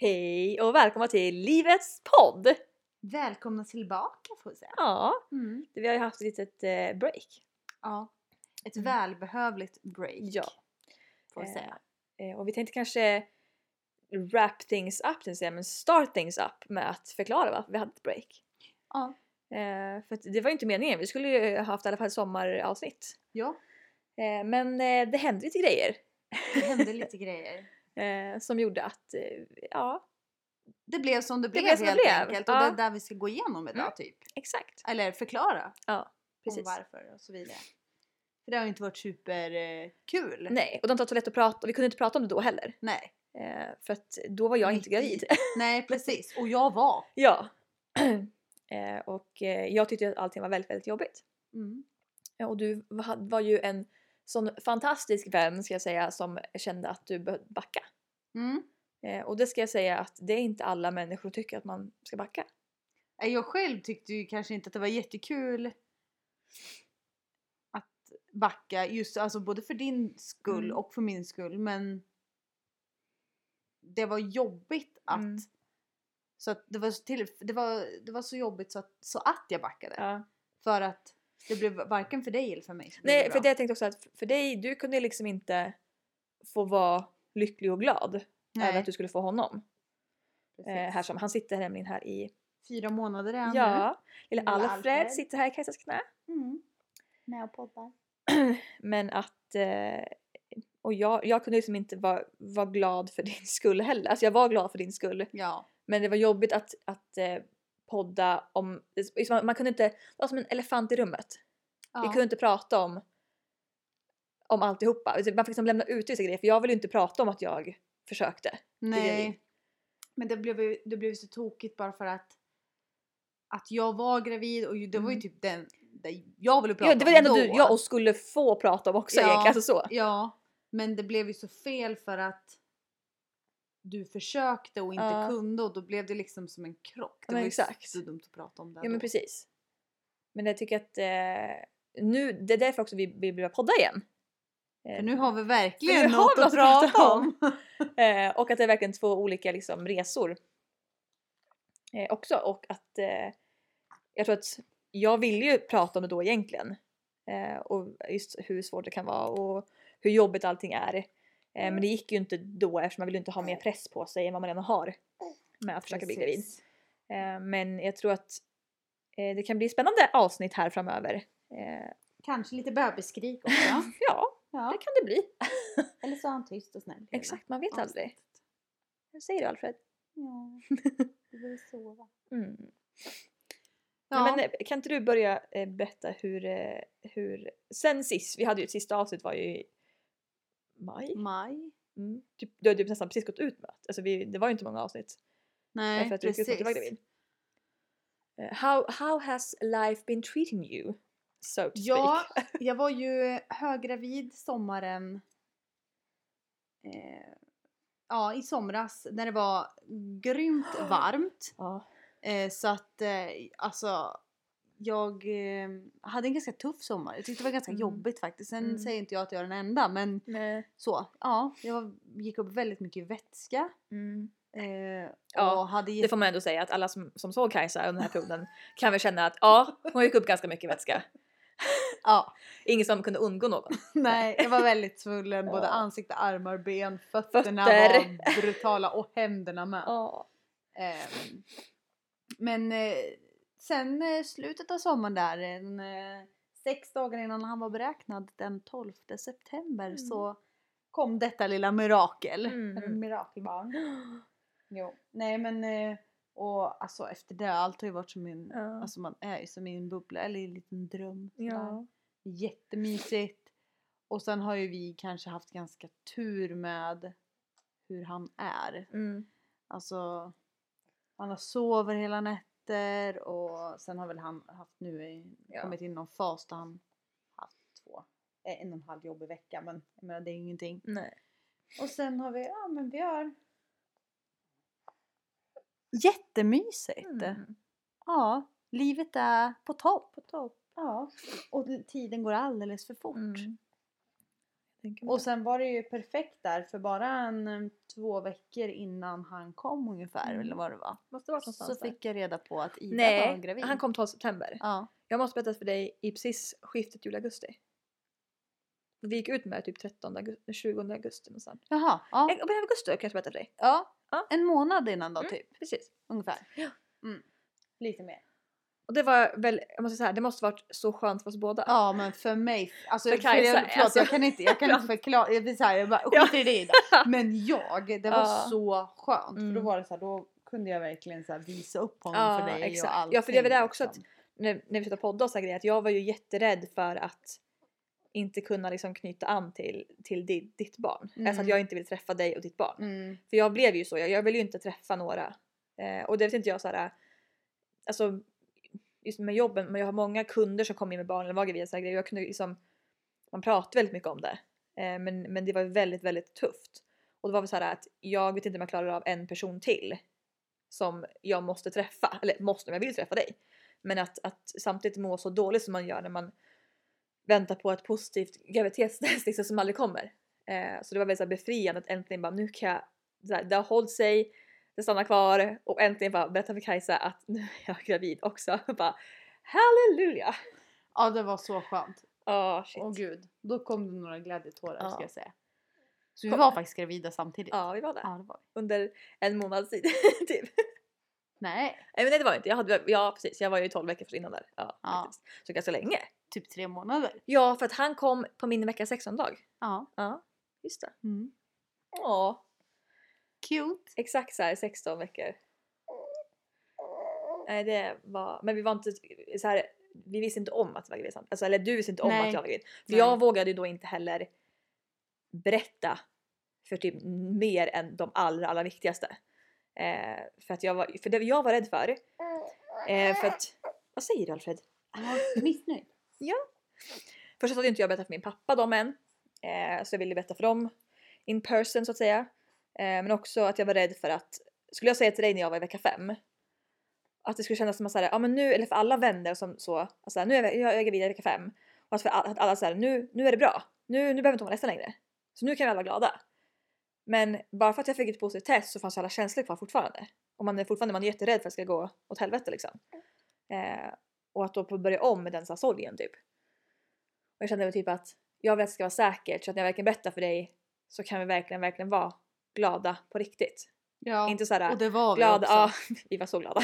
Hej och välkomna till Livets podd! Välkomna tillbaka får jag säga. Ja, vi har ju haft ett litet break. Ja, ett välbehövligt break. Ja. Får jag säga. Och vi tänkte kanske wrap things up, men start things up med att förklara varför vi hade ett break. Ja. För att det var ju inte meningen, vi skulle ju haft i alla fall sommaravsnitt. Ja, Men det hände lite grejer. det hände lite grejer. Som gjorde att, Det blev som det blev blev som det helt blev. enkelt. Och Ja. det är där vi ska gå igenom idag typ. exakt. Eller förklara Ja, precis. om varför och så vidare. För det har ju inte varit superkul. Nej, och det har inte varit så lätt att prata, och vi kunde inte prata om det då heller. Nej. För att då var jag inte gravid. Nej, precis. Och jag var. Ja. Och jag tyckte att allting var väldigt, väldigt jobbigt. Och du var ju en sån fantastisk vän, ska jag säga, som kände att du behövde backa. Och det ska jag säga att det är inte alla människor som tycker att man ska backa. Jag själv tyckte ju kanske inte att det var jättekul att backa. Just alltså både för din skull och för min skull. Men det var jobbigt att... Så att det var så jobbigt så att jag backade. Ja. För att det blev varken för dig eller för mig. Nej, för det jag tänkte också att för dig, du kunde liksom inte få vara lycklig och glad över att du skulle få honom. Här som, han sitter nämligen här i 4 månader är han ja, nu. Eller Alfred sitter här i Kajsas knä. Med och poddar. Men att och jag kunde liksom inte vara glad för din skull heller. Alltså jag var glad för din skull. Ja. Men det var jobbigt att podda om... Man kunde inte... Det var som en elefant i rummet. Ja. Vi kunde inte prata om alltihopa. Man fick liksom lämna ut vissa grejer. För jag ville inte prata om att jag försökte. Nej. Men det blev så tokigt bara för att jag var gravid. Och det var ju typ den jag ville prata om. Ja, det var det enda jag skulle få prata om också egentligen. Alltså så. Ja, men det blev ju så fel för att du försökte och inte kunde. Och då blev det liksom som en krock. Det var ju så dumt att prata om det. Ja, men precis. Men jag tycker att nu, det är därför också vi börjar podda igen. För nu har vi verkligen något att prata om. Och att det är verkligen 2 olika liksom, resor. Också. Och att jag tror att jag ville ju prata om det då egentligen. Och just hur svårt det kan vara och hur jobbigt allting är. Men det gick ju inte då eftersom man ville inte ha mer press på sig än vad man redan har med att försöka bli gravid. Men jag tror att det kan bli spännande avsnitt här framöver. Kanske lite bebisskrik också. Ja, det kan det bli. Eller så är han tyst och snäll. Exakt, man vet aldrig. Vad säger du, Alfred? Ja, du vill sova. Ja. Men kan inte du börja berätta hur sen sist, vi hade ju ett sista avsnitt var ju i maj. Du hade ju nästan precis gått ut med att, alltså det var ju inte många avsnitt. Nej, för att precis. Du var gravid. How has life been treating you? So to ja, speak. Jag var ju höggravid sommaren i somras när det var grymt varmt. Så att alltså jag hade en ganska tuff sommar. Jag tyckte det var ganska jobbigt faktiskt. Sen säger inte jag att jag är den enda, men så. Ja, jag gick upp väldigt mycket i vätska. Och det får man ändå säga att alla som såg Kajsa under den här perioden kan väl känna att hon gick upp ganska mycket vätska. Ja. Ingen som kunde undgå någon. Nej, jag var väldigt svullen. Både ansikte, armar, ben, fötterna var brutala och händerna med. Men sen slutet av sommaren där, 6 dagar innan han var beräknad, den 12 september så kom detta lilla mirakel. En mirakelbarn. Jo. Nej men och alltså efter det allt har ju varit som en alltså man är ju som i en bubbla eller i en liten dröm. Ja. Jättemysigt. Och sen har ju vi kanske haft ganska tur med hur han är. Alltså han har sover hela nätter och sen har väl han haft kommit in någon fas där han haft 1,5 jobb i veckan, men jag menar, det är ingenting. Nej. Och sen har vi har jättemysigt. Ja, livet är på topp. Ja, och tiden går alldeles för fort. tänker mig Och det. sen var det ju perfekt där för bara 2 veckor innan han kom ungefär eller vad det var. Måste vara Så någonstans fick jag reda på att Ida var Nej, gravid. han kom 12 september. Ja. Jag måste berätta för dig i precis skiftet juli-augusti. Vi gick ut med typ 20 augusti någonstans. Jaha. Ja. Jag började augusti kan jag berätta för dig. Ja. Ja. En månad innan då typ. Precis. Ungefär. Ja. Lite mer. Och det var väl, jag måste säga, det måste varit så skönt för oss båda. Ja men för mig, alltså, För Kajsa, förlåt, alltså. jag kan inte förklara, jag blir såhär, jag bara skiter i det Ida. Men det var så skönt för då var det så här, då kunde jag verkligen så här visa upp honom för dig exakt. och allting. Ja för det var där också liksom. att när vi slutade podda och så här grejer, att jag var ju jätterädd för att inte kunna liksom knyta an till ditt barn. Alltså att jag inte vill träffa dig och ditt barn. För jag blev ju så, jag vill ju inte träffa några. Och det vet inte jag så här. Alltså just med jobben, men jag har många kunder som kommer in med barn eller var gravida så här grejer. Jag kunde liksom, man pratar väldigt mycket om det. Men det var väldigt, väldigt tufft. Och det var väl så här att jag vet inte om jag klarar av en person till som jag måste träffa. Eller måste, men jag vill träffa dig. Men att samtidigt må så dåligt som man gör när man väntar på ett positivt graviditetstest liksom, som aldrig kommer. Så det var väldigt så här befriande att äntligen bara, nu kan jag, så här, det har hållit sig, det stannar kvar och äntligen bara berätta för Kajsa att nu är jag gravid också. Bara, halleluja! Ja det var så skönt. Shit. Åh gud, då kom det några glädjetårar ska jag säga. Så vi Kom. var faktiskt gravida samtidigt. Ja vi var där. Ja det var vi. Under en månads tid typ. Nej. Nej men det var inte, precis, jag var ju 12 veckor för innan där. Ja. Faktiskt. Så ganska länge. Typ 3 månader. Ja för att han kom på min vecka 16-dag. Ja, just det. Ja. Cute. Exakt så här 16 veckor. Nej det var, men vi var inte så här, vi visste inte om att det var gravid. Alltså, eller du visste inte om att jag var gravid. För jag vågade ju då inte heller berätta för typ mer än de allra viktigaste. För att jag var rädd för. För att, vad säger du Alfred? Missnöjd. Ja. Först hade inte jag berättat för min pappa dem än. Så jag ville berätta för dem in person så att säga. Men också att jag var rädd för att, skulle jag säga till dig när jag var i vecka 5, att det skulle kännas som att säga, ja men nu, eller för alla vänner som så, alltså, nu är jag gravid i vecka 5. Och att för att alla säger, nu är det bra. Nu behöver inte vara ledsen längre. Så nu kan vi alla vara glada. Men bara för att jag fick ett positivt test så fanns alla känslor kvar fortfarande. Och man är jätterädd för att det ska gå åt helvete liksom. Och att då börja om med den så här sorgen typ. Och jag kände väl typ att jag vill att det ska vara säkert, så att när jag verkligen berättar för dig så kan vi verkligen vara glada på riktigt. Ja, inte så här, och det var glada, vi också. Ja, vi var så glada.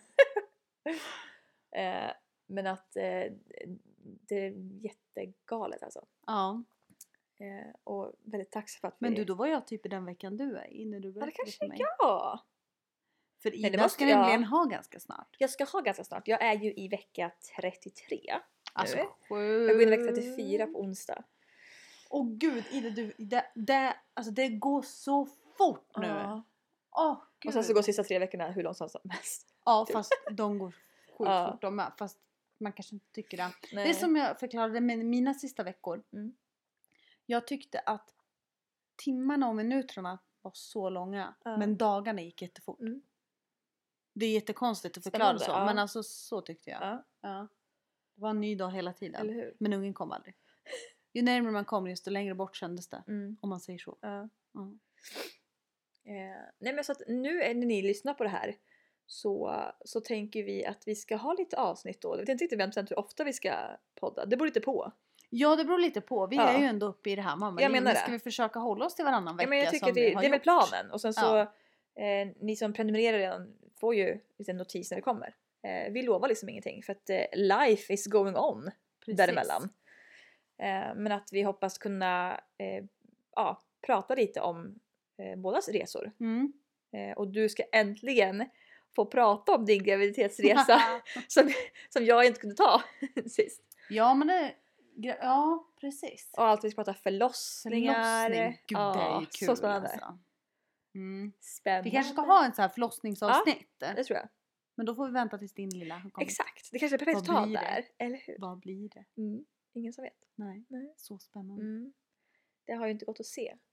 Men att det är jättegalet alltså. Ja. Och väldigt tacksam för att Men då var jag typ i den veckan du är i när du berättade kanske för mig. ja. För Ida måste ska nämligen ha ganska snart. Jag ska ha ganska snart. Jag är ju i vecka 33. Alltså nu. sjukt. Jag går in i vecka 34 på onsdag. Åh gud Ida, det går så fort nu. Ja. Gud. Och sen så går sista 3 veckorna hur långsamt som helst. Ja fast de går sjukt Ja. fort de med. Fast man kanske inte tycker det. Nej. Det är som jag förklarade med mina sista veckor. Mm. Jag tyckte att timmarna och minuterna var så långa. Ja. Men dagarna gick jättefort. Mm. Det är jättekonstigt att förklara Spännande, så. ja. Men alltså så tyckte jag. Ja. Ja. Det var en ny dag hela tiden. Eller hur? Men ungen kom aldrig. Ju närmare man kom desto längre bort kändes det. Mm. Om man säger så. Ja. Ja. Nej men så att nu när ni lyssnar på det här så tänker vi att vi ska ha lite avsnitt då. Jag vet inte riktigt vem hur ofta vi ska podda. Det beror lite på. Ja det beror lite på. Vi Ja. är ju ändå uppe i det här Jag menar det. Ska vi försöka hålla oss till varannan vecka? Ja men jag tycker som det vi har är väl gjort? planen. Och sen så Ja. ni som prenumererar redan får ju lite notis när det kommer. Vi lovar liksom ingenting för att life is going on Precis. däremellan. Men att vi hoppas kunna prata lite om bådas resor. Mm. Och du ska äntligen få prata om din graviditetsresa som jag inte kunde ta sist. Ja men ja precis. Och allt vi ska prata förlossningar. Förlossning. Gud det är ju kul så spännande. alltså. Mm. Spännande. Vi kanske ska ha en så här förlossningsavsnitt. Det tror jag. Men då får vi vänta tills din lilla har kommit. Exakt. Det kanske är perfekt att Vad ta blir det? där. Eller hur? Vad blir det? Ingen som vet. Nej. Nej. Så spännande. Det har ju inte gått att se.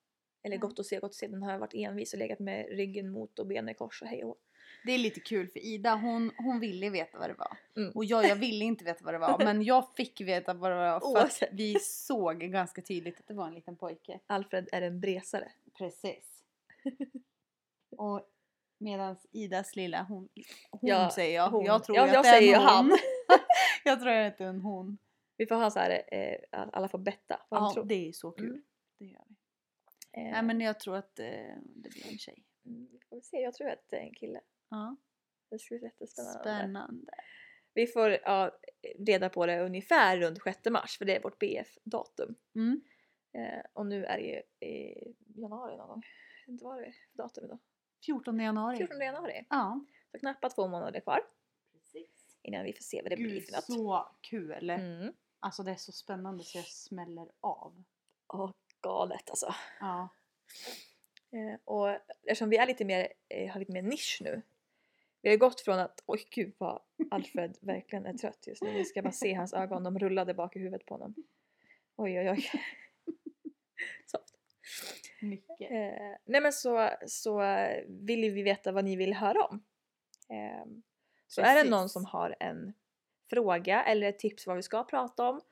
Eller gott att se. Den har varit envis och legat med ryggen mot och benen i kors och hej och. Det är lite kul för Ida, hon ville veta vad det var. Mm. Och jag ville inte veta vad det var. Men jag fick veta vad det var för att Oavsett. vi såg ganska tydligt att det var en liten pojke. Alfred är en bresare. Precis. Och medan Idas lilla, hon Ja, säger jag. hon. Jag tror Ja, att jag det är säger en ju hon. han. Jag tror att det är en hon. Vi får ha så här, alla får betta. Vad de Ja, tror. det är så kul. Mm. Det gör vi. Nej, men jag tror att det blir en tjej. Vi får se, jag tror att det är en kille. Ja. Det ska bli jättespännande. Spännande. Vi får reda på det ungefär runt 6 mars för det är vårt BF-datum. Mm. Och nu är det ju i januari någon gång. Inte var det datum idag? 14 januari. 14 januari. Ja. Så knappt 2 månader kvar Precis. innan vi får se vad det blir Gud, för något. så kul. Mm. Alltså det är så spännande så jag smäller av. Galet alltså. Ja. Och eftersom vi är lite mer, har lite mer nisch nu. Vi har gått från att, oj gud vad Alfred verkligen är trött just nu. Vi ska bara se hans ögon, de rullade bak i huvudet på honom. Oj. Soft. Mycket. Nej men så vill vi veta vad ni vill höra om. Så är det Precis. någon som har en fråga eller ett tips vad vi ska prata om.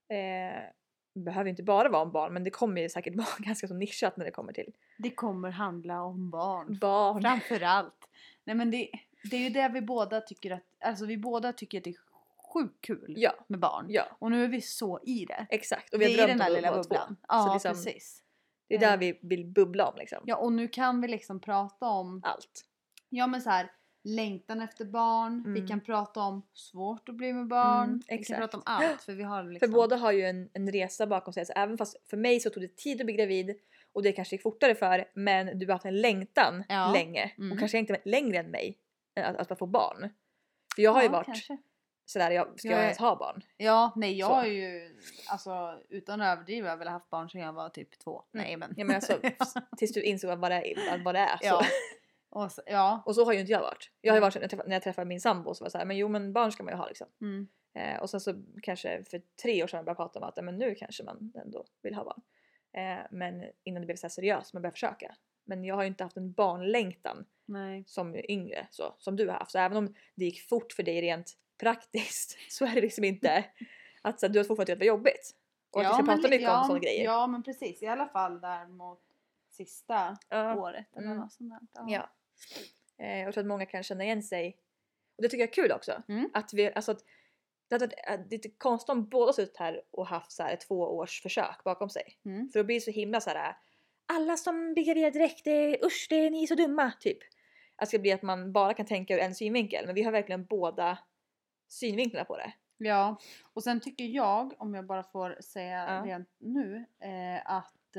Behöver inte bara vara om barn, men det kommer ju säkert vara ganska så nischat när det kommer till Det kommer handla om barn. barn. Framförallt. Nej men det är ju det vi båda tycker att, alltså vi båda tycker att det är sjukt kul Ja. med barn. Ja, Och nu är vi så i det. exakt. Och Det vi är har i den drömt där om lilla att vara två. bubblan. Så Ja, liksom, precis. det är där vi vill bubbla om liksom. Ja, och nu kan vi liksom prata om, Allt. ja men så här, längtan efter barn. Mm. Vi kan prata om svårt att bli med barn. Vi kan exakt. prata om allt. För vi har liksom... För båda har ju en resa bakom sig. Så även fast för mig så tog det tid att bli gravid och det kanske gick fortare för, men du har haft en längtan Ja. länge Mm. och kanske inte längre än mig att få barn. För jag har ju varit kanske. sådär, ska jag ens ha barn? Ja, nej jag Så. har ju, alltså utan att överdriva, jag väl haft barn sedan jag var typ 2. Nej men. Ja, men alltså, tills du insåg vad det är. Så. Ja. Och så, ja. Och så har ju inte jag varit. Jag har ju varit när jag träffade min sambo så var det såhär, men jo men barn ska man ju ha liksom. Mm. Och sen så kanske för 3 år sedan började prata om att men nu kanske man ändå vill ha barn. Men innan det blev så här seriöst, man började försöka. Men jag har ju inte haft en barnlängtan Nej. som yngre så, som du har haft. Så även om det gick fort för dig rent praktiskt så är det liksom inte att så, du har fortfarande tyckt att det var jobbigt. Och att vi ska prata mycket om sådana grejer. Ja men precis, i alla fall där mot sista året eller något sånt där. Ja. Jag tror att många kan känna igen sig. Och det tycker jag är kul också. Mm. Att vi, alltså att det är lite konstigt om båda suttit här och haft så här ett 2 års försök bakom sig. Mm. För då blir det så himla så här. Alla som blir gravida direkt, usch det är ni är så dumma typ. Att det ska bli att man bara kan tänka ur en synvinkel. Men vi har verkligen båda synvinklarna på det. Ja, och sen tycker jag, om jag bara får säga rent nu, att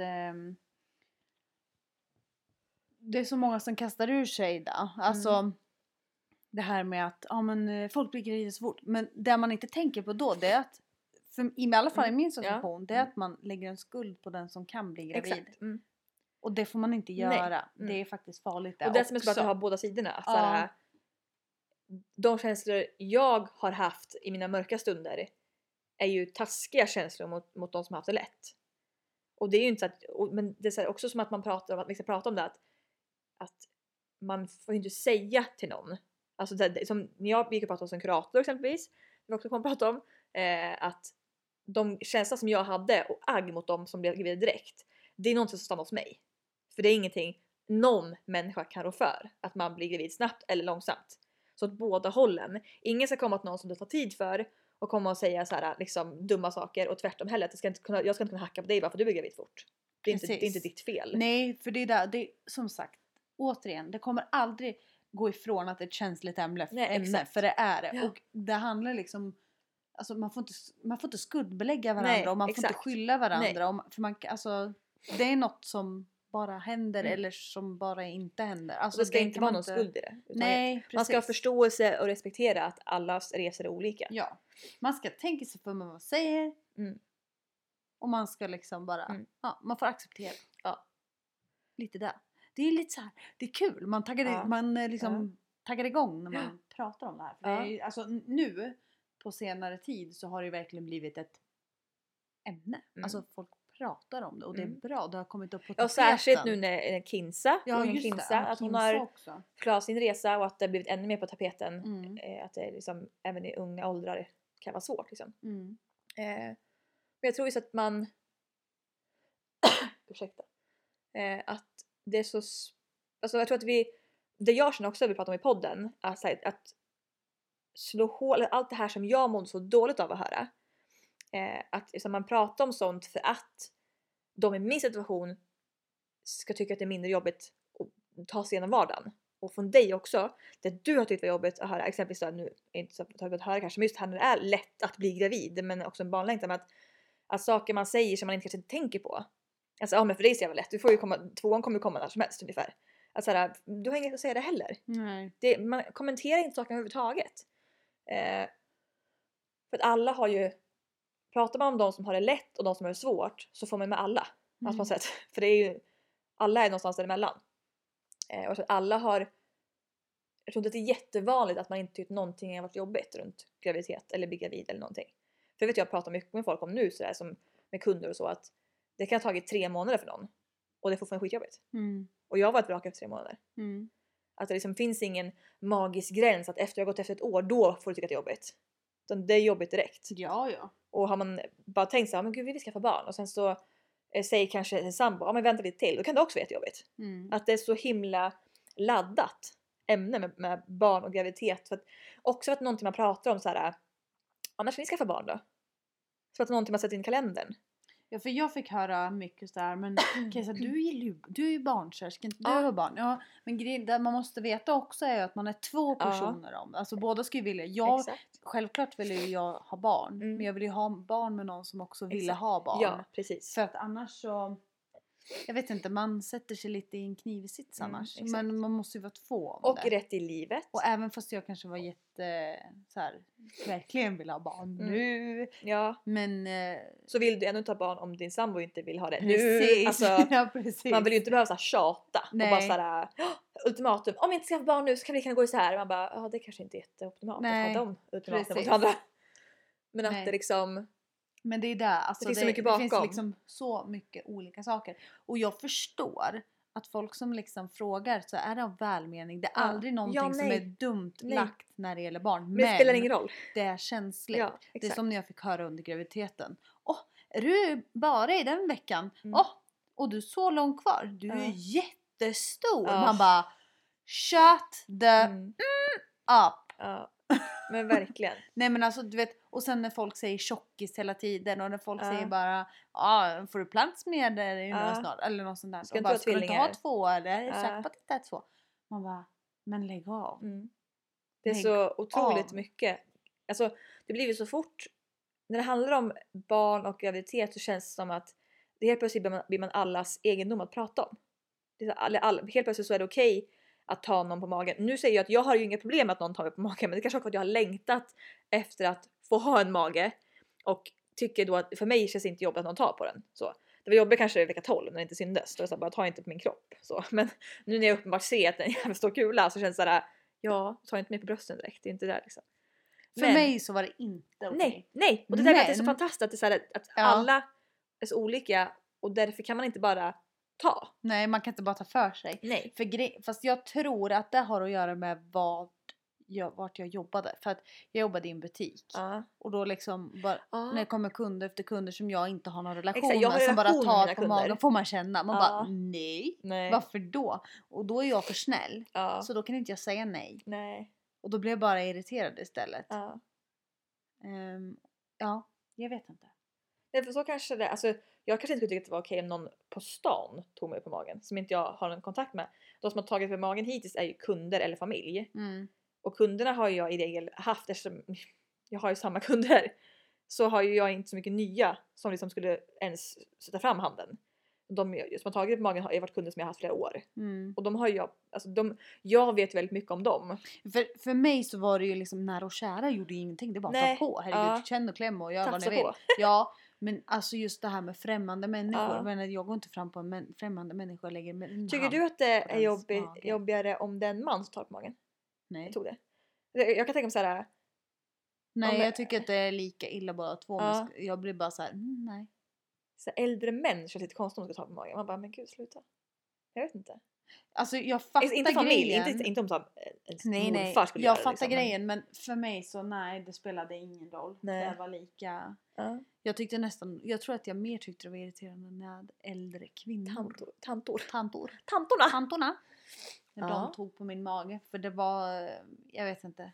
det är så många som kastar ur sig då. Alltså det här med att men, folk blir gravida så fort. Men det man inte tänker på då, det är att i alla fall i min situation, det är att man lägger en skuld på den som kan bli gravid. Exakt. Och det får man inte göra. Det är faktiskt farligt och det som är så bra att jag har båda sidorna. Såhär, de känslor jag har haft i mina mörka stunder är ju taskiga känslor mot de som har haft det lätt. Och det är ju inte så att, men det är också som att man pratar om att vi ska prata om det att man får ju inte säga till någon. Alltså det, som när jag gick och pratade om som kurator exempelvis, vi också kommer att prata om att de känslor som jag hade och agg mot dem som blev gravida direkt, det är någonting som stannar hos mig. För det är ingenting någon människa kan rå för, att man blir gravid snabbt eller långsamt. Så åt båda hållen. Ingen ska komma till någon som det tar tid för och komma och säga så här, liksom dumma saker och tvärtom heller att jag ska inte kunna hacka på dig bara för att du blir gravid fort. Det är inte ditt fel. Nej, för det är där, det som sagt, återigen, det kommer aldrig gå ifrån att det är ett känsligt ämne. Exakt. För det är det. Ja. Och det handlar liksom, alltså man får inte skuldbelägga varandra. Nej, och man får inte skylla varandra. Nej. För man, alltså, det är något som bara händer eller som bara inte händer. Alltså, och det ska inte vara någon skuld i det. Nej, precis. Man ska ha förståelse och respektera att allas resor är olika. Ja, man ska tänka sig för vad man säger. Och man ska liksom bara, man får acceptera. Ja. Lite där. Det är lite så här, det är kul. Man taggar igång när man pratar om det här. För det är, alltså nu på senare tid så har det verkligen blivit ett ämne. Alltså folk pratar om det och det är bra. Det har kommit upp på Ja, tapeten. särskilt nu när Kinsa, att hon har också. förklarat sin resa och att det har blivit ännu mer på tapeten. Att det liksom, även i unga åldrar kan vara svårt liksom. Men jag tror just att man ursäkta. Att det är så alltså jag tror att det jag känner också, vi pratar om i podden, att slå hål, allt det här som jag mår så dåligt av att höra. Att liksom, man pratar om sånt för att de i min situation ska tycka att det är mindre jobbigt att ta sig igenom vardagen. Och från dig också, det du har tyckt var jobbigt att höra, exempelvis då, nu är inte så att höra kanske, men just här när det är lätt att bli gravid, men också en barnlängtan, att saker man säger som man inte kanske tänker på. Alltså men för dig ser det lätt, du får ju komma, tvåan kommer komma när som helst ungefär. Alltså du har inget att säga det heller. Nej. Man kommenterar inte saker överhuvudtaget. För att alla har ju, pratar man om de som har det lätt och de som har det svårt, så får man med alla. På något sätt. För det är ju, alla är någonstans däremellan. Och så att alla har, jag tror inte att det är jättevanligt att man inte tycker någonting har varit jobbigt runt graviditet eller bli gravid eller någonting. För jag pratar mycket med folk om nu sådär, som med kunder och så, att det kan ha tagit 3 månader för någon och det får fortfarande skitjobbigt. Och jag har varit vrak efter 3 månader. Att det liksom finns ingen magisk gräns att efter jag har gått efter ett år, då får du tycka att det är jobbigt. Utan det är jobbigt direkt. Ja. Och har man bara tänkt så här, men gud vi vill skaffa barn, och sen så säger kanske en sambo, men vänta lite till, då kan det också vara jättejobbigt. Att det är så himla laddat ämne med barn och graviditet. För att, också att någonting man pratar om så här, annars vill ni skaffa barn då? Så att någonting man sätter in i kalendern. Ja, för jag fick höra mycket så där, men Kajsa, du är ju barnkärska, inte du har barn. Ja, men grejen där man måste veta också är att man är 2 personer om. Alltså båda ska ju vilja. Självklart vill ju jag ha barn, men jag vill ju ha barn med någon som också vill ha barn. Ja, precis. För att annars så, jag vet inte, man sätter sig lite i en knivig sits annars. Men man måste ju vara 2 om och det. Rätt i livet. Och även fast jag kanske var så här, verkligen vill ha barn nu. Ja. Men så vill du ännu ta barn om din sambo inte vill ha det precis. nu. Alltså, ja, precis. Man vill ju inte behöva så här tjata. Nej. Och bara såhär, ultimatum. Om jag inte ska ha barn nu så kan vi gå så här. Man bara, ja det kanske inte är jätteoptimalt att ha de ultimatum mot andra. Men att det liksom, men det är där, alltså det finns så mycket bakom. Det finns liksom så mycket olika saker. Och jag förstår att folk som liksom frågar, så är det av välmening. Det är aldrig någonting som är dumt lagt när det gäller barn. Men det spelar ingen roll. Det är känsligt. Ja, det är som när jag fick höra under graviditeten. Är du bara i den veckan? Och du är så långt kvar. Du är jättestor. Man bara, shut the up. Men verkligen. Nej men alltså du vet, och sen när folk säger tjockis hela tiden och när folk säger bara, får du plats med det snart eller något sånt där. Ska du inte ha 2 eller är säker på att det är 2? Man bara, men lägg av. Det är så otroligt mycket. Alltså det blir ju så fort när det handlar om barn och graviditet, så känns det som att det helt plötsligt blir man allas egendom att prata om. Det är helt plötsligt så är det okej att ta någon på magen. Nu säger jag att jag har ju inga problem med att någon tar mig på magen, men det kanske också att jag har längtat efter att få ha en mage och tycker då att för mig känns det inte jobbigt att någon tar på den. Så det var jobbigt kanske i vecka 12 när det inte syndes. Då är det så bara, ta inte på min kropp. Så. Men nu när jag uppenbart ser att den jävla stor kula, så känns det såhär, ja, ta inte mig på brösten direkt. Det är inte där liksom. För mig så var det inte okej. Nej. Och det där är så fantastiskt att det är så här, att alla är så olika och därför kan man inte bara ta. Nej, man kan inte bara ta för sig. Nej. Fast jag tror att det har att göra med vart jag jobbade. För att jag jobbade i en butik. Och då liksom bara, när det kommer kunder efter kunder som jag inte har någon relation med, som bara tar på magen, får man känna. Man bara, nej. Varför då? Och då är jag för snäll. Så då kan inte jag säga nej. Och då blir jag bara irriterad istället. Jag vet inte. Nej, för så kanske det, alltså jag kanske inte skulle tycka att det var okej om någon på stan tog mig på magen som inte jag har någon kontakt med. De som har tagit på magen hittills är ju kunder eller familj. Och kunderna har jag i regel haft, eftersom jag har ju samma kunder, så har ju jag inte så mycket nya som liksom skulle ens sätta fram handen. De som har tagit på magen har ju varit kunder som jag har haft flera år. Och de har jag, alltså jag vet väldigt mycket om dem. För mig så var det ju liksom nära och kära gjorde ju ingenting. Det var bara ta på, herregud, känn och kläm och gör vad ni vill. Ja, men alltså just det här med främmande människor. Men jag går inte fram på en främmande människa och lägger med. Tycker du att det är jobbigare om det är en man som tar på magen? Nej. Jag tog det. Jag kan tänka mig så här. Nej, jag tycker att det är lika illa båda två. Men jag blir bara så här, nej. Så äldre män känns lite konstigt om de ska ta på magen. Man bara, men gud sluta. Jag vet inte. Alltså jag fattar Inte familj, grejen. inte om så ens Nej, morfar skulle jag göra det. fattar Liksom, grejen men för mig så nej, det spelade ingen roll. Nej. Det var lika. Ja. Jag tror att jag mer tyckte det var irriterande med äldre kvinnor. Tantorna. När de tog på min mage. För det var, jag vet inte.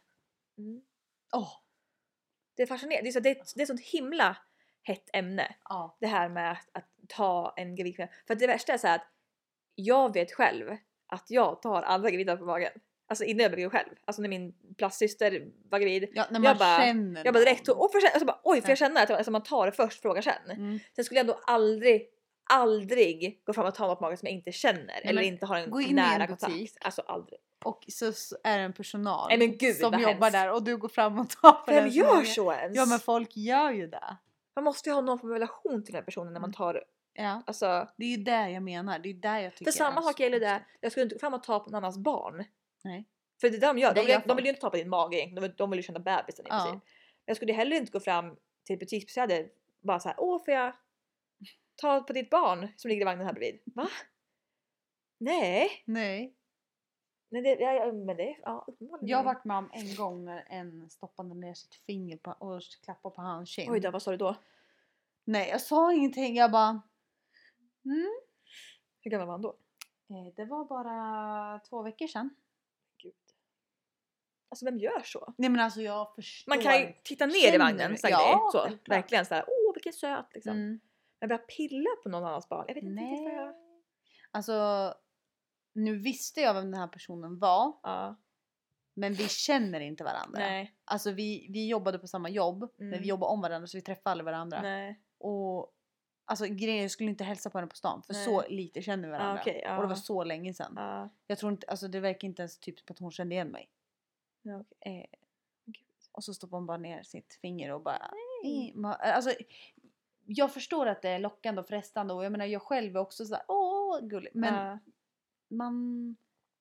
Det är fascinerande. Det är ett sånt himla hett ämne. Det här med att ta en gravid kvinna. För att det värsta är så här att jag vet själv att jag tar andra gravida på magen. Alltså innan jag blev gravid själv. Alltså när min plastsyster var gravid. Ja, när man känner jag bara direkt för jag känner att alltså man tar det först, frågar sen. Sen skulle jag ändå aldrig gå fram och ta något på magen som jag inte känner. Eller inte har en nära kontakt. Alltså aldrig. Och så är det en personal som jobbar där och du går fram och tar på den. Vem gör så ens? Ja men folk gör ju det. Man måste ju ha någon form av relation till den här personen när man tar. Ja. Alltså, det är ju det jag menar. Det är där jag tycker. För samma sak gäller det. Jag skulle inte gå fram och ta på någon annans barn. Nej. För det är det de gör. De vill ju inte ta på din mage. De vill ju känna bebisen i princip. Men jag skulle heller inte gå fram till ett butiksbiträde bara så här, får jag ta på ditt barn som ligger i vagnen här bredvid? Va? Nej. Men jag har varit med om en gång när en stoppade ner sitt finger och klappade på hans kind. Oj då, vad sa du då? Nej, jag sa ingenting. Jag bara... Hur gammal var han då? Det var bara 2 veckor sedan. Gud. Alltså vem gör så? Nej men alltså jag förstår. Man kan ju titta ner i vagnen. Så, verkligen så här, vilken söt liksom. Men börja pilla på någon annans barn. Jag vet inte riktigt vad jag... Alltså... Nu visste jag vem den här personen var. Men vi känner inte varandra. Nej. Alltså vi jobbade på samma jobb. Men vi jobbade om varandra så vi träffade aldrig varandra. Nej. Och alltså grejen, jag skulle inte hälsa på henne på stan. För så lite känner vi varandra. Och det var så länge sedan. Jag tror inte, alltså det verkar inte ens typ att hon kände igen mig. Och så stoppar hon bara ner sitt finger och bara... Alltså jag förstår att det är lockande och frestande. Och jag menar jag själv är också så här, gullig. Men... Man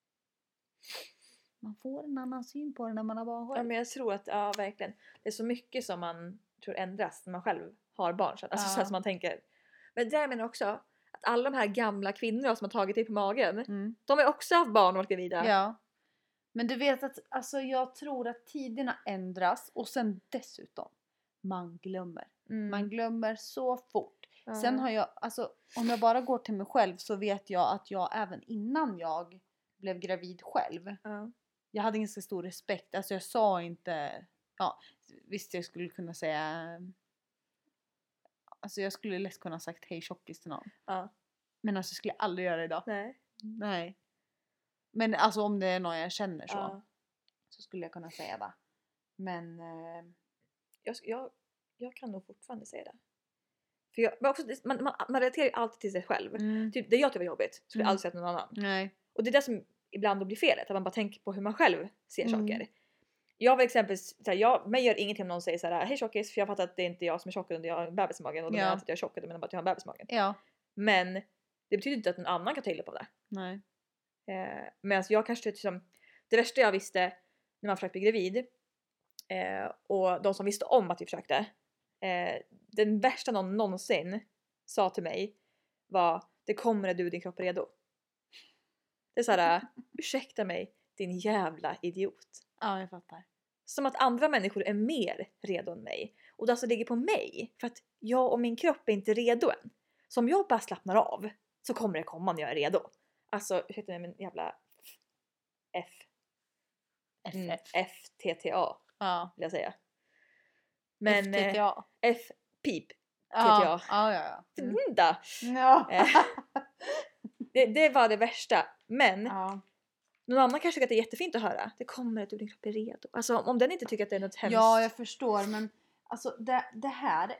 får en annan syn på det när man har barn själv. Ja men jag tror att, verkligen. Det är så mycket som man tror ändras när man själv har barn. Alltså så som man tänker. Men det menar också att alla de här gamla kvinnorna som har tagit dig på magen. De har också haft barn och varit gravida. Ja. Men du vet att alltså, jag tror att tiderna ändras. Och sen dessutom. Man glömmer. Man glömmer så fort. Sen har jag, alltså om jag bara går till mig själv så vet jag att jag även innan jag blev gravid själv. Jag hade ganska stor respekt. Alltså jag sa inte, visst jag skulle kunna säga, alltså jag skulle lätt kunna sagt hej tjockis till någon. Men alltså jag skulle aldrig göra det idag. Nej. Men alltså om det är någon jag känner så skulle jag kunna säga det. Men jag kan nog fortfarande säga det. För men också, man relaterar ju alltid till sig själv. Typ, det jag tycker var jobbigt skulle jag aldrig säga till någon annan. Nej. Och det är det som ibland då blir felet. Att man bara tänker på hur man själv ser saker. Jag vill exempelvis, mig gör ingenting om någon säger såhär, hej tjockis, för jag fattar att det är inte jag som är tjock utan jag har en bebis i magen. Och de menar inte att jag är tjock, de menar bara att jag har en bebis i magen. Men det betyder inte att någon annan kan ta illa på det. Nej. Men alltså jag kanske liksom, det värsta jag visste när man försökte bli gravid. Och de som visste om att vi försökte. Den värsta någon någonsin sa till mig var, det kommer att du din kropp är redo. Det är såhär, ursäkta mig din jävla idiot. Ja, jag fattar. Som att andra människor är mer redo än mig. Och det alltså ligger på mig. För att jag och min kropp är inte redo än. Så om jag bara slappnar av så kommer det komma när jag är redo. Alltså, ursäkta mig min jävla FTTA vill jag säga. Men FTTA. F-pip TTA. Ja. Det var det värsta. Men någon annan kanske tycker att det är jättefint att höra. Det kommer att din kropp är redo. Alltså om den inte tycker att det är något hemskt. Ja, jag förstår. Men alltså det här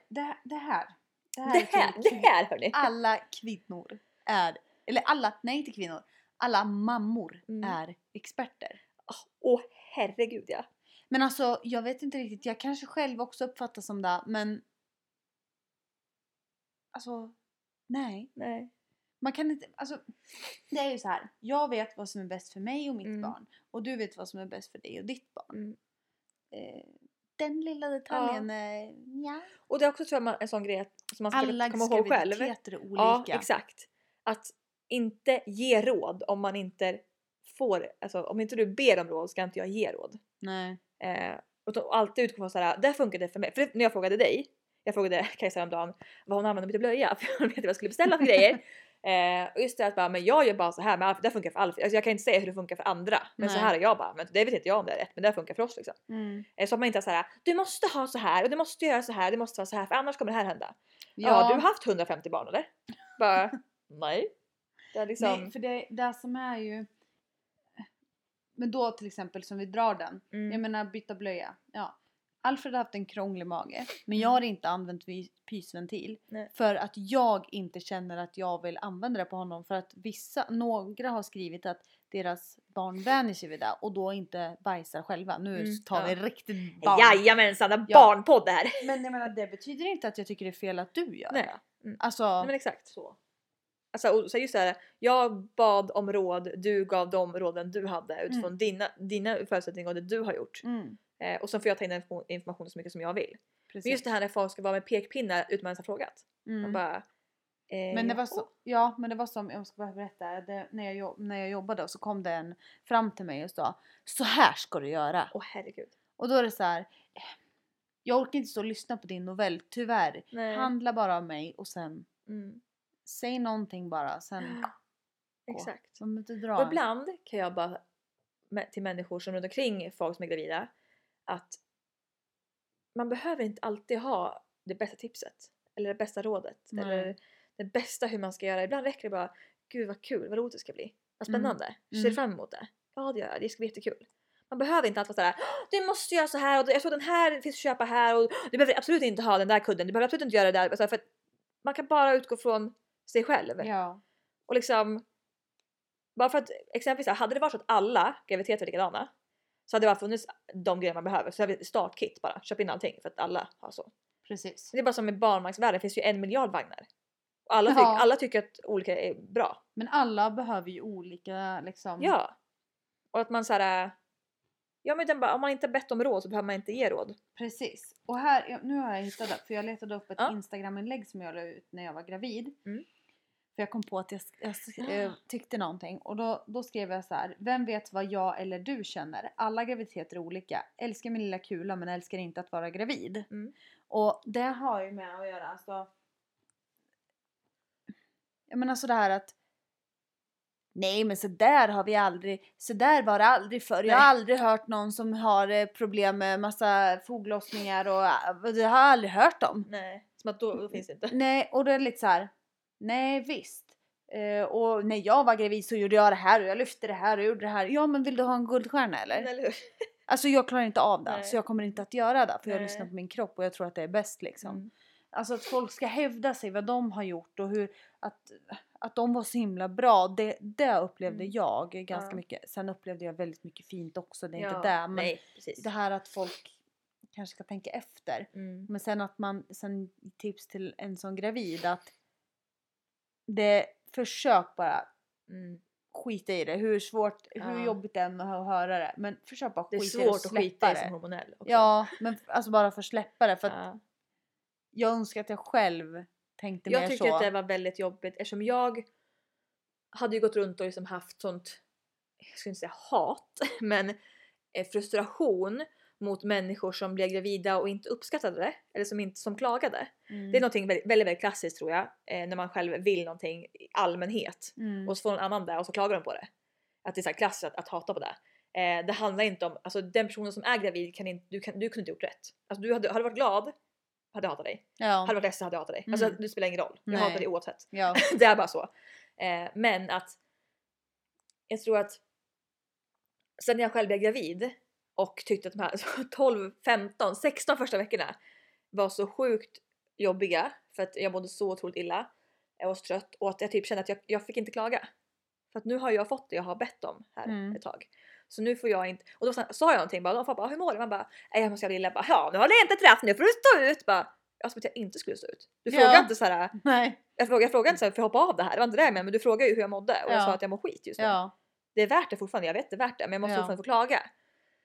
hörni. Alla kvinnor är, eller alla, nej inte kvinnor. Alla mammor är experter. Åh herregud ja. Men alltså jag vet inte riktigt. Jag kanske själv också uppfattar som det. Men alltså nej. Man kan inte, alltså det är ju så här. Jag vet vad som är bäst för mig och mitt barn. Och du vet vad som är bäst för dig och ditt barn. den lilla detaljen, ja. Och det är också tror jag en sån grej som man ska Alla komma ihåg själv. graviditeter är olika. Ja, exakt. Att inte ge råd om man inte får, alltså om inte du ber om råd ska inte jag ge råd. Nej. Och alltid utgå från såhär, det funkar det för mig. För när jag frågade dig, jag frågade Kajsa om dagen vad hon använde med blöja för jag vet inte vad jag skulle beställa för grejer. Och just det att bara, men jag gör bara så här, men det funkar för Alfred. Alltså jag kan inte säga hur det funkar för andra, men så här är jag bara, men det vet inte jag om det är rätt, men det funkar för oss liksom. Så att man inte säger du måste ha så här och du måste göra så här, det måste vara så här för annars kommer det här hända. Ja, du har haft 150 barn eller? Bara, nej. Det är liksom... Nej, för det som är ju, men då till exempel som vi drar den, jag menar byta blöja, ja. Alfred har haft en krånglig mage, men jag har inte använt pysventil. Nej. För att jag inte känner att jag vill använda det på honom. För att några har skrivit att deras barn vänjer sig vid det och då inte bajsar själva. Nu tar vi riktigt barn. Jajamensan, barnpodd det här. Men jag menar, det betyder inte att jag tycker det är fel att du gör det. Alltså, nej, men exakt så. Alltså, så just det här, jag bad om råd, du gav de råden du hade utifrån dina förutsättningar och det du har gjort. Och så får jag ta in information så mycket som jag vill. Precis. Men just det här när folk ska vara med pekpinnar utan man ens har frågat. Man bara, men det var så, men det var som, jag ska bara berätta, när jag jobbade så kom det en fram till mig och sa, så här ska du göra. Herregud. Och då är det så här, jag orkar inte så lyssna på din novell, tyvärr. Nej. Handla bara om mig och sen säg någonting bara, sen exakt. Som inte drar. Och ibland kan jag bara till människor som runt omkring folk som är gravida att man behöver inte alltid ha det bästa tipset eller det bästa rådet eller det bästa hur man ska göra. Ibland räcker det bara, gud vad kul, vad roligt det ska bli. Vad spännande. Ser fram emot det. Ja, det gör jag. Det ska bli jättekul. Man behöver inte alltid vara sådär, du måste göra så här och jag tror den här finns att köpa här och du behöver absolut inte ha den där kudden. Du behöver absolut inte göra det där. För att man kan bara utgå från sig själv. Ja. Och liksom bara för att exempelvis hade det varit så att alla graviditeter var likadana så hade det bara funnits de grejer man behöver. Så har vi startkit bara. Köp in allting för att alla har så. Precis. Det är bara som i barnvagnsvärlden. Det finns ju 1 miljard vagnar. Och alla tycker att olika är bra. Men alla behöver ju olika liksom. Ja. Och att man såhär. Ja men bara, om man inte bett om råd så behöver man inte ge råd. Precis. Och här, nu har jag hittat det. För jag letade upp ett Instagram-inlägg som jag la ut när jag var gravid. För jag kom på att jag tyckte någonting. Och då skrev jag så här. Vem vet vad jag eller du känner? Alla graviditeter är olika. Älskar min lilla kula men älskar inte att vara gravid. Och det har ju med att göra. Alltså, jag menar så det här att. Nej men så där har vi aldrig. Så där var det aldrig förr. Jag har aldrig hört någon som har problem med massa foglossningar. Och det har jag aldrig hört om. Nej. Som att då finns det inte. Nej och det är lite så här. Nej visst. Och när jag var gravid så gjorde jag det här och jag lyfte det här och gjorde det här. Ja men vill du ha en guldstjärna eller? Alltså jag klarar inte av det. Så jag kommer inte att göra det. För jag lyssnar på min kropp och jag tror att det är bäst liksom. Alltså att folk ska hävda sig vad de har gjort. Och hur att de var så himla bra. Det upplevde jag ganska mycket. Sen upplevde jag väldigt mycket fint också. Det är inte det. Men det här att folk kanske ska tänka efter. Men sen att sen tips till en som gravid att försök bara skita i det. Hur svårt, hur jobbigt det än att höra det. Men försök bara skita i det. Det är svårt att skita i som hormonell också. Ja, men alltså bara för släppa det. För att jag önskar att jag själv tänkte mer så. Jag tyckte att det var väldigt jobbigt. Eftersom jag hade ju gått runt och liksom haft sånt, jag skulle inte säga hat, men frustration mot människor som blev gravida och inte uppskattade det. Eller som klagade. Det är någonting väldigt, väldigt, väldigt klassiskt tror jag. När man själv vill någonting i allmänhet. Och så får någon annan där och så klagar de på det. Att det är så här klassiskt att hata på det. Det handlar inte om, alltså den personen som är gravid du kunde inte gjort rätt. Alltså du hade varit glad, hade jag hatat dig. Hade varit ledsen, hade jag hatat dig. Alltså det spelar ingen roll. Jag hatar dig oavsett. Ja. Det är bara så. Men att jag tror att sen när jag själv blev gravid och tyckte att de här 12, 15, 16 första veckorna var så sjukt jobbiga. För att jag mådde så otroligt illa. Jag var så trött. Och att jag typ kände att jag fick inte klaga. För att nu har jag fått det jag har bett om här ett tag. Så nu får jag inte. Och då sa jag någonting. De får bara, hur mår du? Man bara, jag måste lilla. Bara, ja nu har det inte träff. Nu får du stå ut. Bara, jag som att jag inte skulle stå ut. Du frågar inte så här. Nej. Jag frågar inte så här för att hoppa av det här. Det var inte det men du frågar ju hur jag mådde. Och jag sa att jag mår skit just nu. Ja. Det är värt det fortfarande. Jag vet det är värt det. Men jag måste fortfarande få klaga.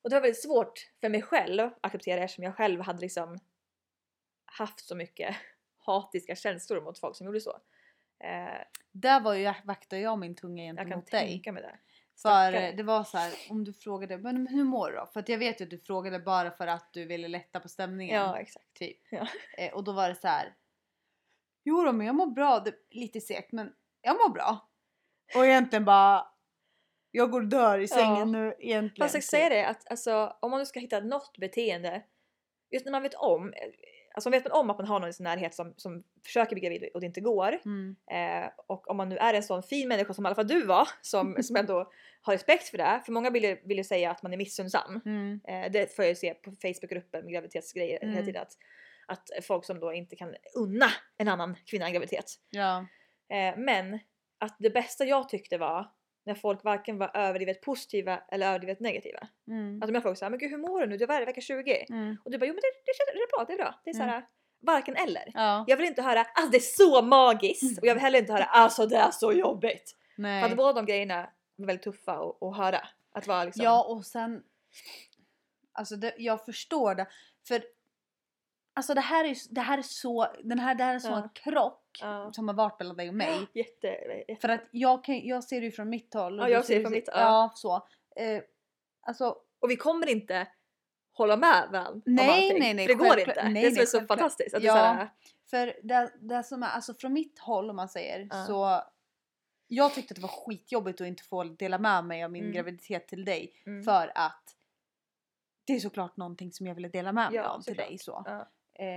Och det var väldigt svårt för mig själv att acceptera eftersom jag själv hade liksom haft så mycket hatiska känslor mot folk som gjorde så. Där var ju vaktade jag min tunga Jag kan gentemot dig. tänka mig det. För Stackare. det var så här, om du frågade, men hur mår du då? För att jag vet ju att du frågade bara för att du ville lätta på stämningen. Ja, exakt. Typ. Ja. Och då var det så här. Jo då, men jag mår bra. Det är lite segt, men jag mår bra. Och egentligen bara, jag går och dör i sängen nu egentligen. Fast jag säger det att alltså, om man nu ska hitta något beteende, just när man vet om, alltså vet man om att man har någon i sin närhet som försöker bli gravid och det inte går. Och om man nu är en sån fin människa som i alla fall du var, som ändå har respekt för det. För många vill ju säga att man är missunnsam. Det får jag ju se på Facebookgrupper med graviditetsgrejer hela tiden. Att folk som då inte kan unna en annan kvinna en graviditet. Ja. Men att det bästa jag tyckte var när folk varken var överdrivet positiva eller överdrivet negativa. Att om jag frågade såhär, men gud hur mår du nu? Du är vecka 20. Och du bara, jo men det är bra, det är bra. Det är såhär, varken eller. Ja. Jag vill inte höra, alltså det är så magiskt. Och jag vill heller inte höra, alltså det är så jobbigt. Nej. För att båda de grejerna var väldigt tuffa att höra. Att vara liksom... Ja, och sen, alltså jag förstår det. För alltså det här är så en krock som har varit mellan dig och mig. Jätte. För att jag ser det ju från mitt håll. Ja, jag ser det från mitt. Ja, så. Alltså, och vi kommer inte hålla med varandra om allting. Nej. För det går inte. Nej, det är så fantastiskt. Att det är såhär... för det som är, alltså från mitt håll om man säger så. Jag tyckte att det var skitjobbigt att inte få dela med mig av min graviditet till dig. För att det är såklart någonting som jag ville dela med mig av till dig. Så. Ja.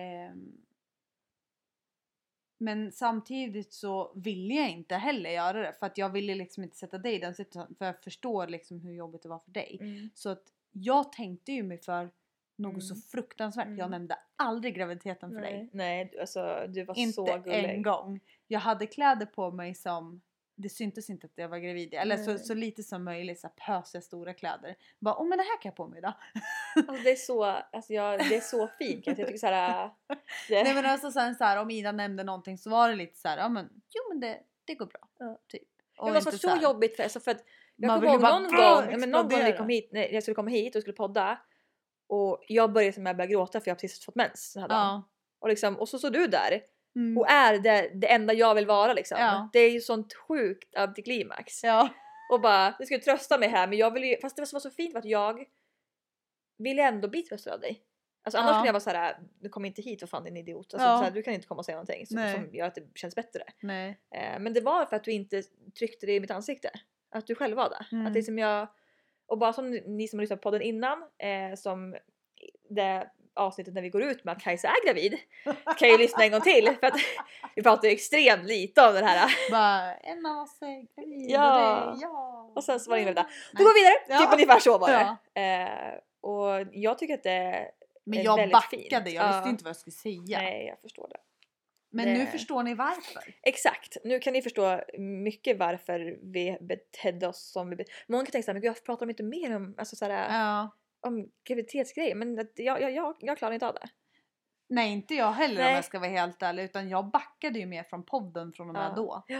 Men samtidigt så ville jag inte heller göra det. För att jag ville liksom inte sätta dig i den situationen. För jag förstår liksom hur jobbigt det var för dig. Så att jag tänkte ju mig för något så fruktansvärt. Jag nämnde aldrig graviditeten för dig. Nej, alltså du var inte så gullig. Inte en gång. Jag hade kläder på mig som... Det syntes inte att jag var gravid. Eller så lite som möjligt. Så pösiga stora kläder. Bara, men det här kan jag på mig då. Alltså det är så, det är så fint. Jag tycker såhär... Nej men alltså så här, om Ida nämnde någonting så var det lite så här, ja men, jo men det går bra. Ja. Typ. Och det var så jobbigt för att jag man kommer ihåg någon gång explodera. när jag skulle komma hit och skulle podda. Och jag började med att börja gråta för jag har precis fått mens. Och, liksom, och så såg du där. Och är det enda jag vill vara liksom. Ja. Det är ju sånt sjukt antiklimax. Ja. Och bara, du skulle trösta mig här. Men jag ville ju, fast det var så fint för att jag ville ändå bli tröstad av dig. Alltså annars skulle jag vara såhär, du kommer inte hit, vad fan din idiot. Alltså, såhär, du kan inte komma och säga någonting som gör att det känns bättre. Nej. Men det var för att du inte tryckte det i mitt ansikte. Att du själv var där. Att det är som jag, och bara som ni som har lyssnat på podden innan, som det avsnittet när vi går ut med att Kajsa är gravid, kan ju lyssna en gång till för att vi pratar ju extremt lite om det här. Bara, en av oss är gravid. Ja. Och sen så var det inget där. Då går vi vidare. Typ ungefär så var det. Och jag tycker att det är men jag väldigt backade, fint. jag visste inte vad jag skulle säga. Nej, jag förstår det. Men nu förstår ni varför. Exakt, nu kan ni förstå mycket varför vi betedde oss som vi betedde. Många kan tänka såhär, men jag pratar inte mer om, alltså såhär, om graviditetsgrejer, men jag klarar inte av det. Nej, inte jag heller om jag ska vara helt ärlig, utan jag backade ju mer från podden från och med då. Ja.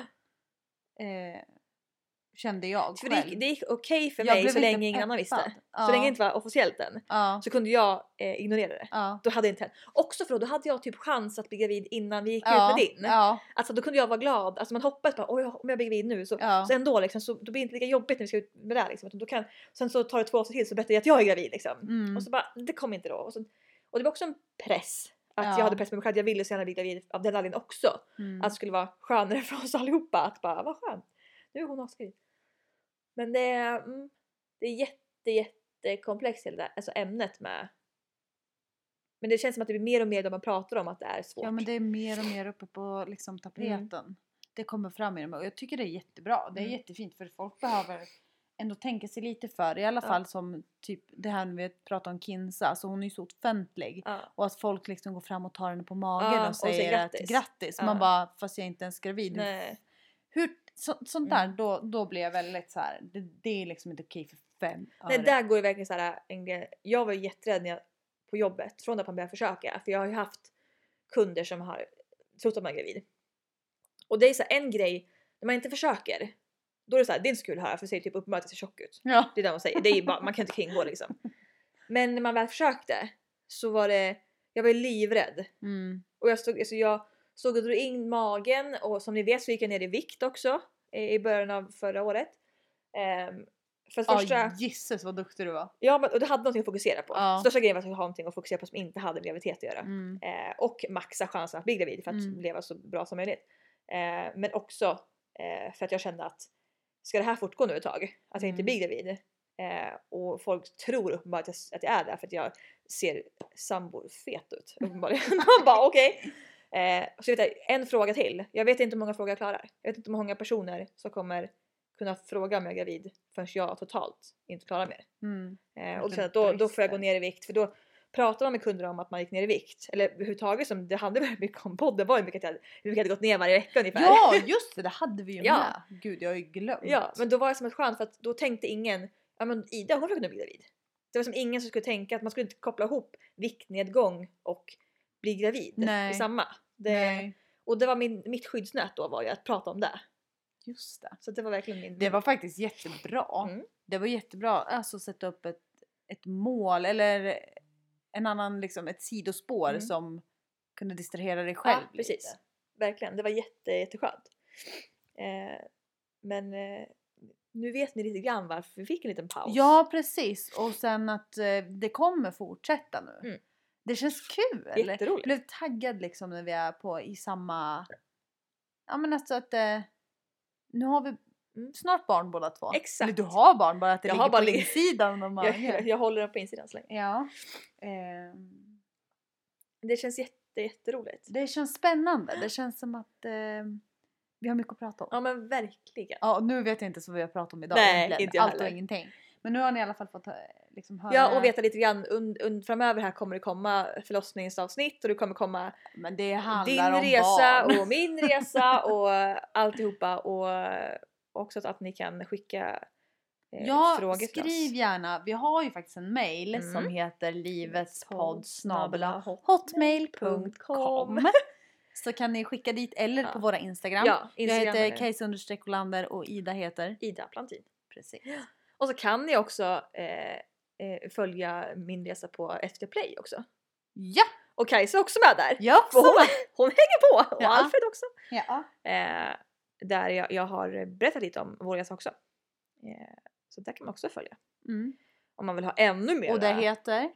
Kände jag för själv. Det gick okej för mig så länge ingen annan visste. Så länge det inte var officiellt än. Så kunde jag ignorera det. Då hade jag inte hänt. Också för då hade jag typ chans att bli gravid innan vi gick ut med din. Alltså då kunde jag vara glad. Alltså man hoppas bara, om jag blir gravid nu så ändå liksom, så då blir det inte lika jobbigt när vi ska ut med det här liksom. Då sen så tar det 2 år till så berättar jag att jag är gravid liksom. Och så bara, det kom inte då. Och det var också en press. Att jag hade press på mig själv. Jag ville så gärna bli gravid av den anledningen också. Att det skulle vara skönare för oss allihopa. Att bara, vad skönt. Nu är hon avskriven. Men det är jätte komplext hela det, alltså ämnet med. Men det känns som att det blir mer och mer då man pratar om att det är svårt. Ja, men det är mer och mer uppe på liksom tapeten. Det kommer fram i dem och jag tycker det är jättebra. Det är jättefint för folk behöver ändå tänka sig lite för. I alla fall som typ det här när vi pratar om Kinsa. Så hon är ju så offentlig. Och att folk liksom går fram och tar henne på magen och säger grattis. Man bara, fast jag är inte ens gravid. Nej. Sånt där, då blir jag väldigt så här. Det är liksom inte okej för 5 öre. Nej, där går ju verkligen så här. Jag var ju jätterädd när jag på jobbet. Från att man började försöka. För jag har ju haft kunder som har trott att man är gravid. Och det är så här, en grej. När man inte försöker. Då är det så här, det är inte så kul att höra. För det säger typ uppenbart att det ser tjock ut. Ja. Det är det man säger. Det är bara, man kan inte kringgå liksom. Men när man väl försökte så var jag var livrädd. Och jag såg och drog in magen och som ni vet så gick jag ner i vikt också i början av förra året. För att första... Jesus vad duktig du var. Ja, men, och det hade någonting att fokusera på. Största grejen var att jag ha någonting att fokusera på som inte hade med graviditet att göra. Och maxa chansen att bli gravid för att leva så bra som möjligt. Men också för att jag kände att ska det här fortgå nu ett tag? Att jag inte blir gravid. Och folk tror uppenbarligen att jag är där för att jag ser sambofet ut. Uppenbarligen. Man bara okej. Så vet jag, en fråga till. Jag vet inte hur många frågor jag klarar. Jag vet inte hur många personer som kommer kunna fråga om jag är gravid förrän jag totalt inte klarar mer. Och då får jag gå ner i vikt. För då pratar man med kunder om att man gick ner i vikt. Eller överhuvudtaget som det handlade väldigt mycket om podden var ju mycket att jag hade gått ner varje vecka ungefär. Ja just det hade vi ju med. Gud jag har ju glömt. Ja men då var det som ett skönt för att då tänkte ingen ja men Ida hon får kunna bli gravid. Det var som ingen som skulle tänka att man skulle inte koppla ihop viktnedgång och bli gravid i samma. Och det var mitt skyddsnät då var ju att prata om det. Just det. Så det var verkligen det var faktiskt jättebra. Det var jättebra alltså sätta upp ett mål eller en annan liksom ett sidospår som kunde distrahera dig själv. Ja, precis. Lite. Verkligen. Det var jätteskönt. Men nu vet ni lite grann varför vi fick en liten paus. Ja, precis. Och sen att det kommer fortsätta nu. Det känns kul. Jätteroligt. Jag blev taggad liksom när vi är på i samma... Ja men alltså att nu har vi snart barn båda två. Exakt. Eller du har barn bara att det ligger på insidan. Och jag håller den på insidan så länge. Ja. Det känns jätteroligt. Det känns spännande. Det känns som att vi har mycket att prata om. Ja men verkligen. Ja nu vet jag inte så vad vi har pratat om idag. Nej, inte jag allt heller. Och ingenting. Men nu har ni i alla fall fått liksom höra. Ja och veta lite grann framöver här kommer det komma förlossningsavsnitt och det kommer komma men det handlar din om resa barn. och min resa och alltihopa och också att ni kan skicka frågor till oss. Skriv gärna. Vi har ju faktiskt en mail som heter livetspodd@hotmail.com. Så kan ni skicka dit eller på våra Instagram. Ja, Instagram jag heter Kajsa_Olander och Ida heter Ida Plantin. Precis. Och så kan ni också följa min resa på Efterplay också. Ja! Och Kajsa är också med där. Ja, hon hänger på. Och Alfred också. Ja. Där jag har berättat lite om vår resa också. Så där kan man också följa. Om man vill ha ännu mer. Och det heter?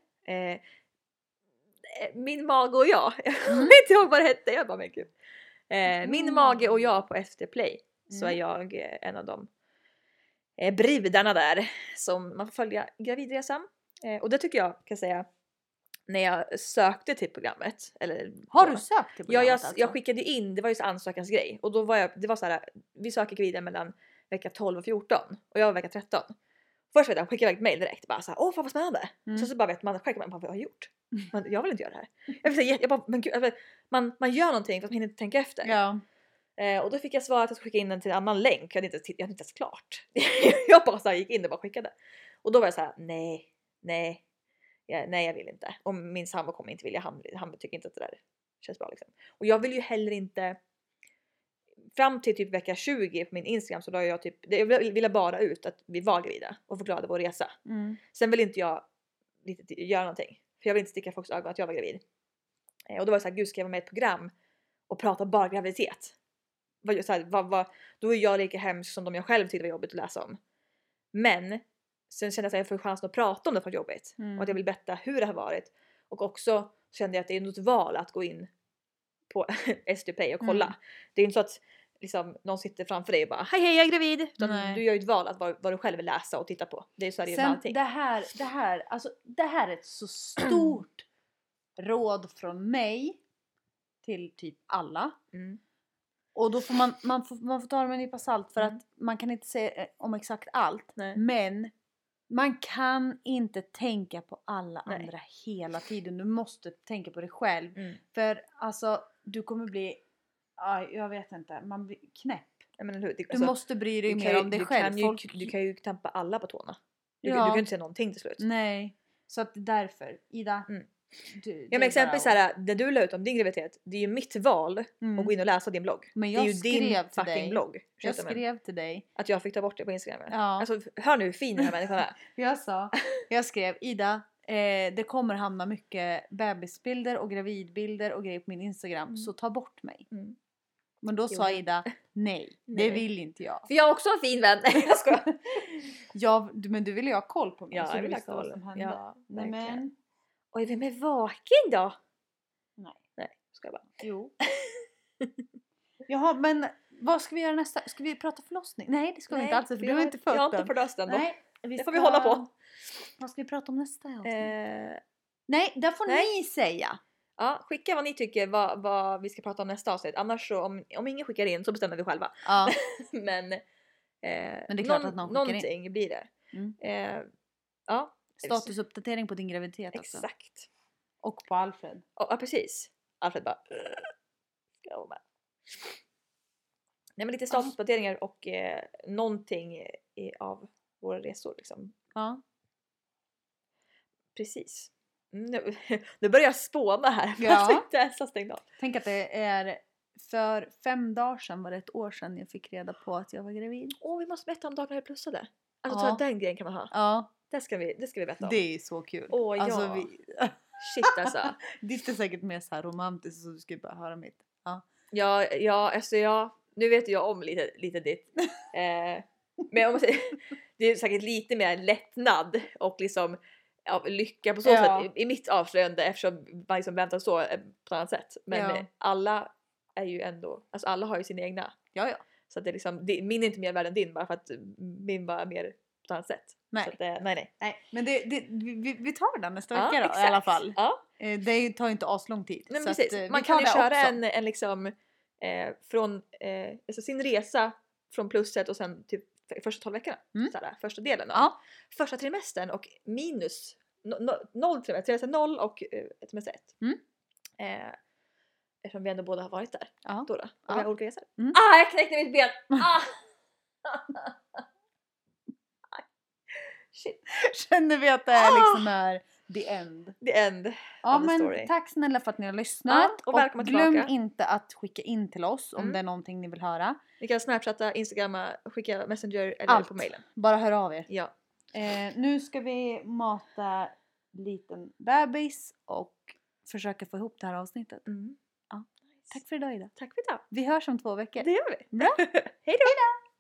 Min mage och jag. Jag vet inte ihåg vad det hette. Jag bara men gud. Min mage och jag på Efterplay. Så är jag en av dem. Bridarna där som man får följa gravidresan och det tycker jag kan säga när jag sökte till programmet eller har du sökt till programmet? Jag skickade in, det var ju så ansökansgrej och då var det var så här vi söker gravida mellan vecka 12 och 14 och jag var vecka 13. Först vet jag skickade iväg ett mail direkt bara så här åh fan vad spännande. Så bara vet man själv vad jag har gjort. Men jag vill inte göra det här. Jag bara men gud man gör någonting för att man hinner inte tänka efter. Ja. Och då fick jag svar att jag skulle skicka in den till en annan länk. Jag hade inte ens klart. Jag bara så här gick in och bara skickade. Och då var jag så här: nej jag vill inte. Och min sambo kommer inte vilja. Han tycker inte att det där känns bra liksom. Och jag vill ju heller inte. Fram till typ vecka 20 på min Instagram så la jag typ. Jag ville bara ut att vi var gravida och förklarade vår resa. Sen vill inte jag göra någonting. För jag vill inte sticka folks ögon att jag var gravid. Och då var det så här: gud ska jag vara med i ett program och prata bara graviditet. Då är jag lika hemsk som de jag själv tyckte var jobbigt att läsa om. Men sen kände jag att jag får chansen att prata om det för jobbigt. Och att jag vill berätta hur det har varit. Och också kände jag att det är något val att gå in på SD Play och kolla. Det är inte så att liksom, någon sitter framför dig och bara hej jag är gravid. Utan du gör ju ett val att vad du själv vill läsa och titta på. Det är så är det med allting. Det här är ett så stort råd från mig till typ alla. Och då får man får ta det med en nypa salt för att man kan inte säga om exakt allt. Nej. Men man kan inte tänka på alla andra hela tiden. Du måste tänka på dig själv. För alltså du kommer bli, jag vet inte, man blir knäpp. Du måste bry dig mer om dig själv. Du kan ju tampa alla på tårna. Du kan inte säga någonting till slut. Nej, så att därför, Ida. Men exempelvis såhär, när du la ut om din graviditet, det är ju mitt val att gå in och läsa din blogg. Men det är ju din fucking blogg. Jag skrev till dig att jag fick ta bort det på Instagram. Ja. Alltså hör nu hur fin den här människan är. Jag skrev Ida, Det kommer hamna mycket bebisbilder och gravidbilder och grejer på min Instagram. Så ta bort mig. Men då sa Ida nej. Det vill inte jag. För jag är också en fin vän. Jag skojar. Men du vill ju ha koll på mig. Ja, så jag du vill ha visste vad koll. som hände. Ja, Nej, men. Oj, vem är vaken då? Nej, ska jag bara. Jo. Jaha, men vad ska vi göra nästa? Ska vi prata förlossning? Nej, det ska vi inte alls. För du har inte fött den. Jag har inte förlöst den då. Nej, det får vi hålla på. Vad ska vi prata om nästa avsnitt? Nej, där får ni säga. Ja, skicka vad ni tycker vad vi ska prata om nästa avsnitt. Annars så om ingen skickar in så bestämmer vi själva. Ja. Men det är klart att någonting in. Blir det. Ja. Statusuppdatering på din graviditet också. Exakt. Och på Alfred. Ja, precis. Alfred bara ska jag vara med. Nej, men lite statusuppdateringar och någonting av våra resor liksom. Ja. Precis. Nu börjar jag spåna här. Ja. Inte ens stängd av. Tänk att det är för 5 dagar sedan var det ett år sedan jag fick reda på att jag var gravid. Vi måste berätta om dagarna jag plussade. Alltså den grejen kan man ha. Ja. Det ska vi berätta om. Det är så kul. Alltså, ja. Shit alltså. Det är säkert mer så här romantiskt så du ska bara höra mitt. Ja, nu vet jag om lite ditt. Men om man säger, det är säkert lite mer lättnad och liksom lycka på så sätt i mitt avslöjande eftersom man liksom väntar så på ett annat sätt. Men alla är ju ändå, alltså alla har ju sina egna. Ja. Så att det är liksom, min är inte mer värd än din bara för att min var mer på ett annat sätt. Nej. Så att, nej. Men vi tar den nästa vecka då, i alla fall. Ja. Det tar ju inte aslång tid. Nej, så precis. Att, man kan ju köra en liksom från alltså sin resa från plusset och sen typ första 12 veckorna. Såhär, första delen av första trimestern och minus 0 trimester 0 och trimester 1. Eftersom vi ändå båda har varit där. Då. Och vi har olika resor. Jag knäckte mitt ben! Shit. Känner vi att det är liksom är the end. The end. Ja, men story. Tack snälla för att ni har lyssnat. Och välkommen glöm tillbaka. inte att skicka in till oss om det är någonting ni vill höra. Ni kan snapchatta, instagramma, skicka messenger eller på mailen. Bara hör av er. Ja. Nu ska vi mata liten bebis och försöka få ihop det här avsnittet. Nice. Tack för idag Ida. Tack för idag. Vi hörs om 2 veckor. Det gör vi. Bra. Hej då.